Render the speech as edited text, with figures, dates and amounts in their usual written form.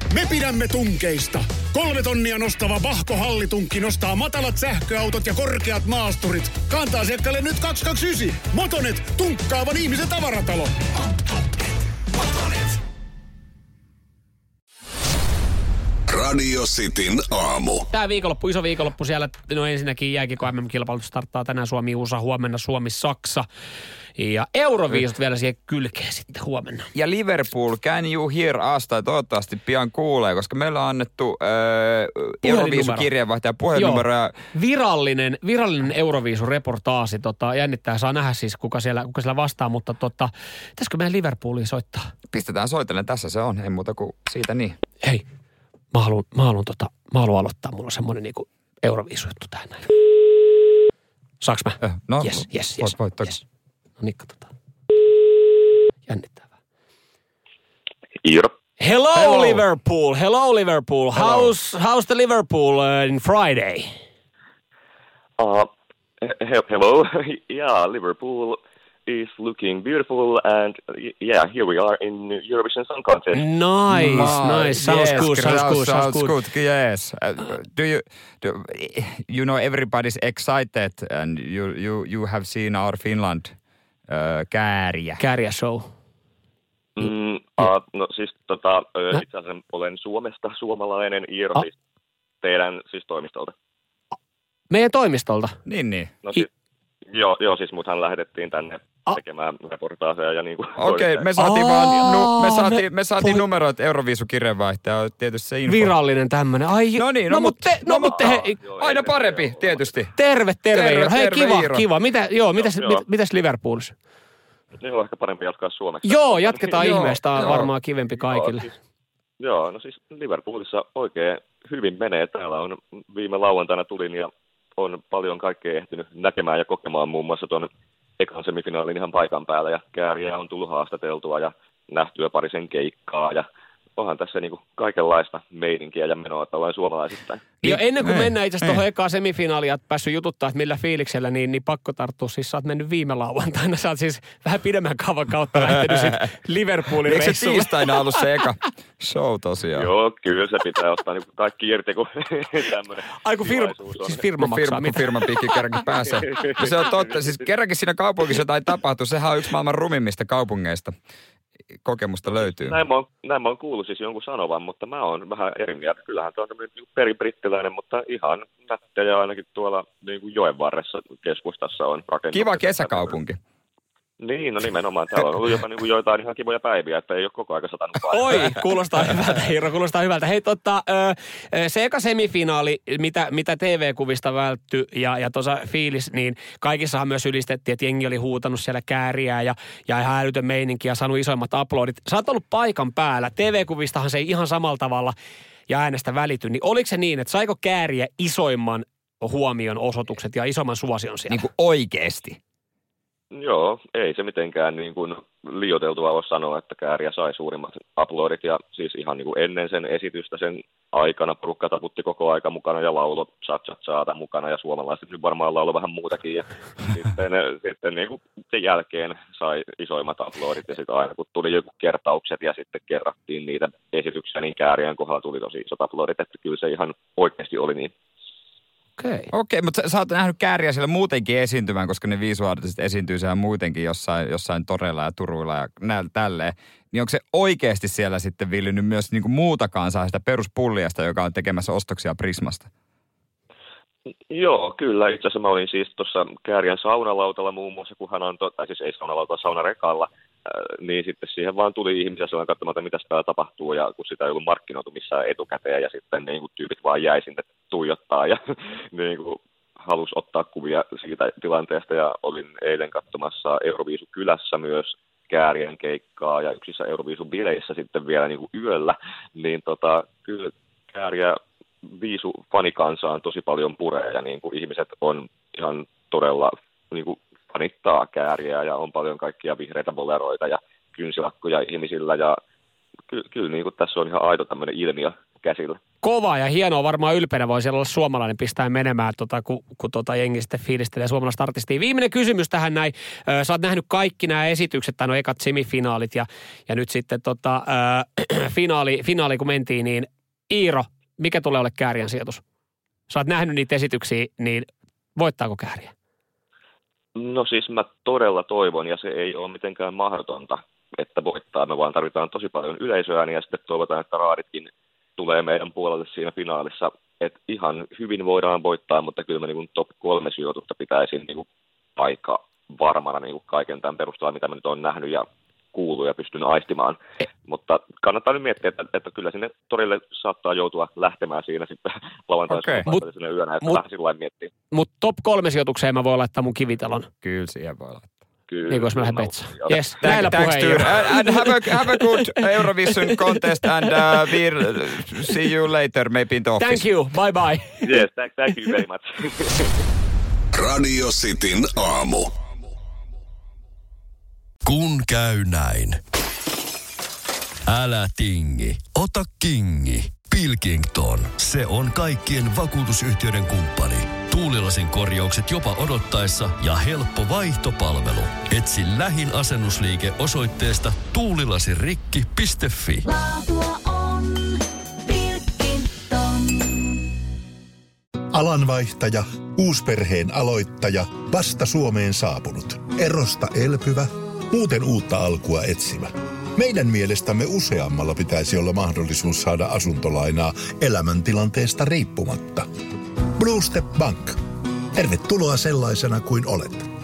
Me pidämme tunkeista. 3 tonnia nostava Vahko Hallitunkki nostaa matalat sähköautot ja korkeat maasturit. Kanta-asiakkaalle nyt 229. Motonet, tunkkaavan ihmisen tavaratalo. Motonet. Radio Cityn aamu. Tää viikonloppu, iso viikonloppu siellä. No ensinnäkin jääkiekko MM-kilpailut starttaa tänään Suomi-USA, huomenna Suomi-Saksa. Ja Euroviisut vielä siihen kylkeen sitten huomenna. Ja Liverpool, can you hear us? Tai toivottavasti pian kuulee, koska meillä on annettu Euroviisu-kirjeenvaihtaja puhelinnumero. Ja... Virallinen Euroviisu-reportaasi. Jännittää, saa nähdä siis kuka siellä vastaa, mutta pitäisikö meidän Liverpooliin soittaa? Pistetään soitellen, tässä se on, ei muuta kuin siitä niin. Hei, mä haluan aloittaa, mulla on semmoinen niinku Euroviisu-juttu tähän näin. Saaks mä? No, Yes. Voit. No niin, katsotaan. Jännittävää. Iiro. Hello Liverpool. How's the Liverpool in Friday? Hello. Yeah, Liverpool is looking beautiful, and yeah, here we are in Eurovision Song Contest. Nice. Sounds good. Yes. You know everybody's excited, and you have seen our Finland Kääriä show. No siis itse asiassa olen Suomesta suomalainen Iiro, siis teidän siis toimistolta. Meidän toimistolta? Niin. No siis, joo, siis muthan lähetettiin tänne tekemään reportaaseja ja niinku... Okei, me saatiin numeroit Euroviisu-kirjeenvaihtaja, tietysti se info. Virallinen tämmönen. Mutta aina parempi, tietysti. Terve. Hei, kiva. Mitäs Liverpoolissa? Joo, ehkä parempi jatkaa suomeksi. Joo, jatketaan ihmeestä, on varmaan kivempi kaikille. No siis Liverpoolissa oikein hyvin menee. Täällä on viime lauantaina tulin ja on paljon kaikkea ehtinyt näkemään ja kokemaan muun muassa tuon ekan semifinaalin ihan paikan päällä ja Kääriä on tullut haastateltua ja nähtyä parisen keikkaa ja onhan tässä niinku kaikenlaista meininkiä ja menoa, että ollaan suomalaisittain. Ja ennen kuin mennään itse asiassa tuohon ekaan semifinaaliin, että päässyt jututtaa, että millä fiiliksellä, niin pakko tarttua. Siis sä oot mennyt viime lauantaina. Sä oot siis vähän pidemmän kaavan kautta lähtenyt sitten Liverpoolin reissulle. Eikö se tiistaina ollut se eka show tosiaan? Joo, kyllä se pitää ottaa niinku kaikki irti, kun tämmöinen firma maksaa. Kun firman piikki kerrankin pääsee. Ja se on totta. Siis kerrankin siinä kaupungissa jotain tapahtuu. Sehän on yksi maailman rumimmista kaupungeista. Kokemusta löytyy. Näin mä oon kuullut siis jonkun sanovan, mutta mä oon vähän eri mieltä. Kyllähän tuo on peribrittiläinen, mutta ihan nättejä ainakin tuolla niin kuin joen varressa keskustassa on rakennettu. Kiva kesäkaupunki. Niin, no nimenomaan. Täällä on ollut jopa niin kuin joitain ihan kivoja päiviä, että ei ole koko ajan satanut paikkaa. Oi, kuulostaa hyvältä, Iiro, kuulostaa hyvältä. Hei, se eka semifinaali, mitä TV-kuvista välttyi ja tuossa fiilis, niin kaikissahan myös ylistettiin, että jengi oli huutanut siellä Kääriää ja ihan älytön meininki ja saanut isoimmat aplodit. Sä oot ollut paikan päällä. TV-kuvistahan se ei ihan samalla tavalla ja äänestä välity. Niin oliko se niin, että saiko Kääriä isoimman huomion osoitukset ja isomman suosion siellä? Niin kuin oikeesti? Joo, ei se mitenkään niin kuin liioiteltua voi sanoa, että Kääriä sai suurimmat aplodit ja siis ihan niin kuin ennen sen esitystä sen aikana porukka taputti koko aika mukana ja laulo saata mukana ja suomalaiset nyt varmaan laulo vähän muutakin ja sitten niin kuin sen jälkeen sai isoimmat aplodit ja sitten aina kun tuli joku kertaukset ja sitten kerrattiin niitä esityksiä, niin Kääriän kohdalla tuli tosi isot aplodit, että kyllä se ihan oikeasti oli niin. Okei, mutta sä oot nähnyt Kääriä siellä muutenkin esiintymään, koska ne viisuartistit esiintyy siellä muutenkin jossain toreilla ja turuilla ja tälleen. Niin onko se oikeasti siellä sitten villynyt myös niin kuin muuta kansaa sitä peruspulliasta, joka on tekemässä ostoksia Prismasta? Joo, kyllä. Itse asiassa mä olin siis tuossa Kääriän saunalautalla muun muassa, kun hän on, tai siis ei saunalautalla, saunarekalla, niin sitten siihen vaan tuli ihmisiä sellainen katsomaan, että mitä täällä tapahtuu, ja kun sitä ei ollut markkinoitu missään etukäteen, ja sitten niin kuin tyypit vaan jäi sinne tuijottaa, ja niin kuin halusi ottaa kuvia siitä tilanteesta, ja olin eilen katsomassa Euroviisu-kylässä myös Käärien keikkaa, ja yksissä Euroviisu-bileissä sitten vielä niin kuin yöllä, niin kyllä Kääriä viisu-fanikansa on tosi paljon puree, ja niin kuin ihmiset on ihan todella niin kuin fanittaa Kääriä ja on paljon kaikkia vihreitä boleroita ja kynsilakkoja ihmisillä ja kyllä niin kuin tässä on ihan aito tämmöinen ilmiö käsillä. Kova ja hienoa, varmaan ylpeänä voi siellä olla suomalainen pistää menemään, kun jengi sitten fiilistelee suomalaista artistia. Viimeinen kysymys tähän näin. Sä oot nähnyt kaikki nämä esitykset, tai no ekat semifinaalit ja nyt sitten finaali kun mentiin, niin Iiro, mikä tulee ole Kääriän sijoitus? Sä oot nähnyt niitä esityksiä, niin voittaako Kääriä? No siis mä todella toivon, ja se ei ole mitenkään mahdotonta, että voittaa. Me vaan tarvitaan tosi paljon yleisöä, ja sitten toivotaan, että raaditkin tulee meidän puolelle siinä finaalissa. Että ihan hyvin voidaan voittaa, mutta kyllä me niin top 3 sijoitusta pitäisi niin aika varmana niin kaiken tämän perusteella, mitä mä nyt olen nähnyt ja kuullut ja pystyn aistimaan. Mutta kannattaa nyt miettiä, että kyllä sinne torille saattaa joutua lähtemään siinä sitten lauantaisena yönä, että vähän sillä lailla miettii. Mutta top 3 sijoitukseen mä voin laittaa mun kivitalon. Kyllä siihen voi laittaa. Kyllä. Niin kuin jos mä lähden Betsaan. Yes, näillä puheenjohtajilla. And have a good Eurovision contest and we'll see you later maybe in the office. Thank you, bye bye. Yes, thank you very much. Radio Cityn aamu. Kun käy näin. Älä tingi, ota kingi. Pilkington, se on kaikkien vakuutusyhtiöiden kumppani. Tuulilasin korjaukset jopa odottaessa ja helppo vaihtopalvelu. Etsi lähin asennusliike osoitteesta tuulilasirikki.fi. Laatua on Pilkington. Alanvaihtaja, uusperheen aloittaja, vasta Suomeen saapunut, erosta elpyvä, muuten uutta alkua etsimä. Meidän mielestämme useammalla pitäisi olla mahdollisuus saada asuntolainaa elämäntilanteesta riippumatta. Blue Step Bank. Tervetuloa sellaisena kuin olet.